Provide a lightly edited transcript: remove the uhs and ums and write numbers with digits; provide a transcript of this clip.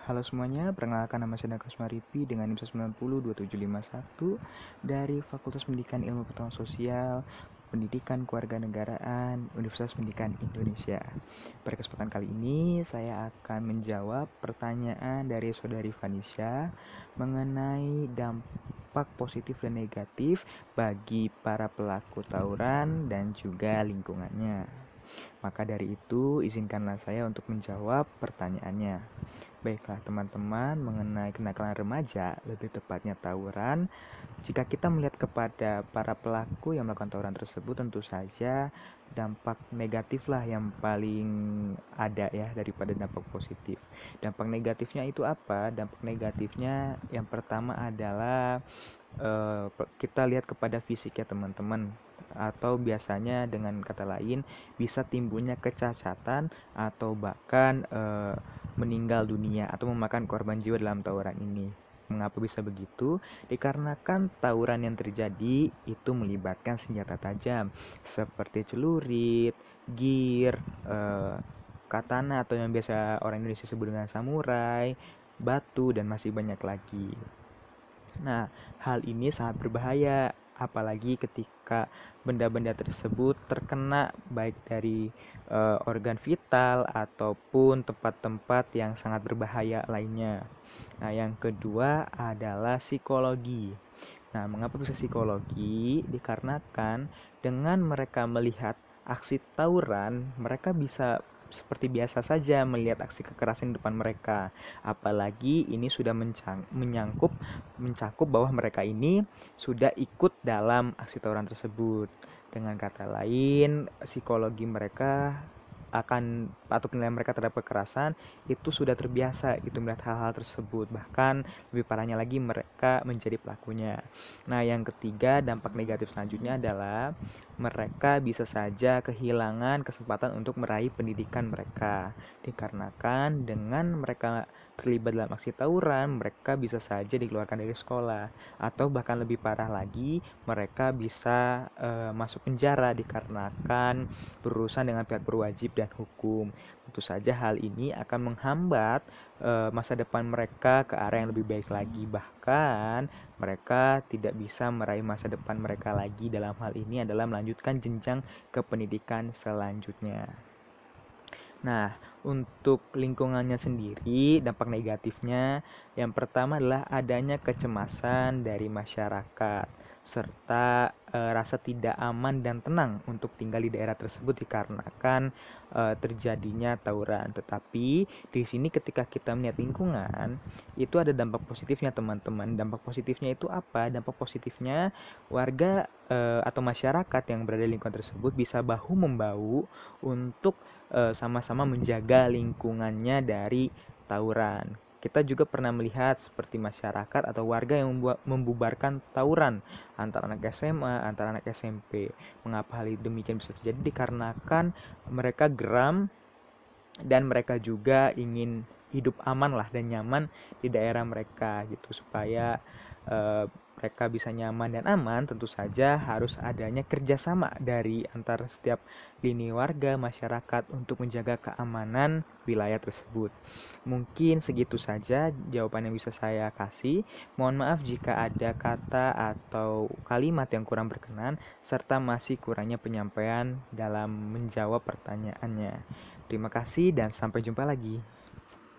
Halo semuanya, perkenalkan nama saya Dakas Maripi dengan NIM 902751 dari Fakultas Pendidikan Ilmu Pengetahuan Sosial, Pendidikan Kewarganegaraan, Universitas Pendidikan Indonesia. Pada kesempatan kali ini, saya akan menjawab pertanyaan dari Saudari Vanisha mengenai dampak positif dan negatif bagi para pelaku tawuran dan juga lingkungannya. Maka dari itu, izinkanlah saya untuk menjawab pertanyaannya. Baiklah teman-teman, mengenai kenakalan remaja, lebih tepatnya tawuran, jika kita melihat kepada para pelaku yang melakukan tawuran tersebut, tentu saja dampak negatif lah yang paling ada ya daripada dampak positif. Dampak negatifnya itu apa? Dampak negatifnya yang pertama adalah kita lihat kepada fisik ya teman-teman, atau biasanya dengan kata lain bisa timbulnya kecacatan atau bahkan meninggal dunia atau memakan korban jiwa dalam tawuran ini. Mengapa bisa begitu? Dikarenakan tawuran yang terjadi itu melibatkan senjata tajam seperti celurit, gear, katana atau yang biasa orang Indonesia sebut dengan samurai, batu, dan masih banyak lagi. Nah, hal ini sangat berbahaya, apalagi ketika benda-benda tersebut terkena baik dari organ vital ataupun tempat-tempat yang sangat berbahaya lainnya. Nah, yang kedua adalah psikologi. Nah, mengapa bisa psikologi? Dikarenakan dengan mereka melihat aksi tawuran, mereka bisa seperti biasa saja melihat aksi kekerasan di depan mereka. Apalagi ini sudah mencakup bahwa mereka ini sudah ikut dalam aksi tawuran tersebut. Dengan kata lain, psikologi mereka akan atau penilaian mereka terhadap kekerasan itu sudah terbiasa itu melihat hal-hal tersebut, bahkan lebih parahnya lagi mereka menjadi pelakunya. Nah, yang ketiga, dampak negatif selanjutnya adalah mereka bisa saja kehilangan kesempatan untuk meraih pendidikan mereka, dikarenakan dengan mereka terlibat dalam aksi tawuran, mereka bisa saja dikeluarkan dari sekolah, atau bahkan lebih parah lagi, mereka bisa masuk penjara dikarenakan berurusan dengan pihak berwajib dan hukum. Tentu saja hal ini akan menghambat masa depan mereka ke arah yang lebih baik lagi. Bahkan mereka tidak bisa meraih masa depan mereka lagi. Dalam hal ini adalah melanjutkan jenjang ke pendidikan selanjutnya. Nah, untuk lingkungannya sendiri, dampak negatifnya yang pertama adalah adanya kecemasan dari masyarakat serta rasa tidak aman dan tenang untuk tinggal di daerah tersebut dikarenakan terjadinya tawuran. Tetapi di sini ketika kita melihat lingkungan, itu ada dampak positifnya teman-teman. Dampak positifnya itu apa? Dampak positifnya warga atau masyarakat yang berada di lingkungan tersebut bisa bahu membahu untuk sama-sama menjaga lingkungannya dari tawuran. Kita juga pernah melihat seperti masyarakat atau warga yang membubarkan tawuran antara anak SMA, antara anak SMP. Mengapa hal demikian bisa terjadi? Dikarenakan mereka geram dan mereka juga ingin hidup aman lah dan nyaman di daerah mereka gitu, supaya mereka bisa nyaman dan aman. Tentu saja harus adanya kerjasama dari antara setiap lini warga masyarakat untuk menjaga keamanan wilayah tersebut. Mungkin segitu saja jawaban yang bisa saya kasih. Mohon maaf jika ada kata atau kalimat yang kurang berkenan serta masih kurangnya penyampaian dalam menjawab pertanyaannya. Terima kasih dan sampai jumpa lagi.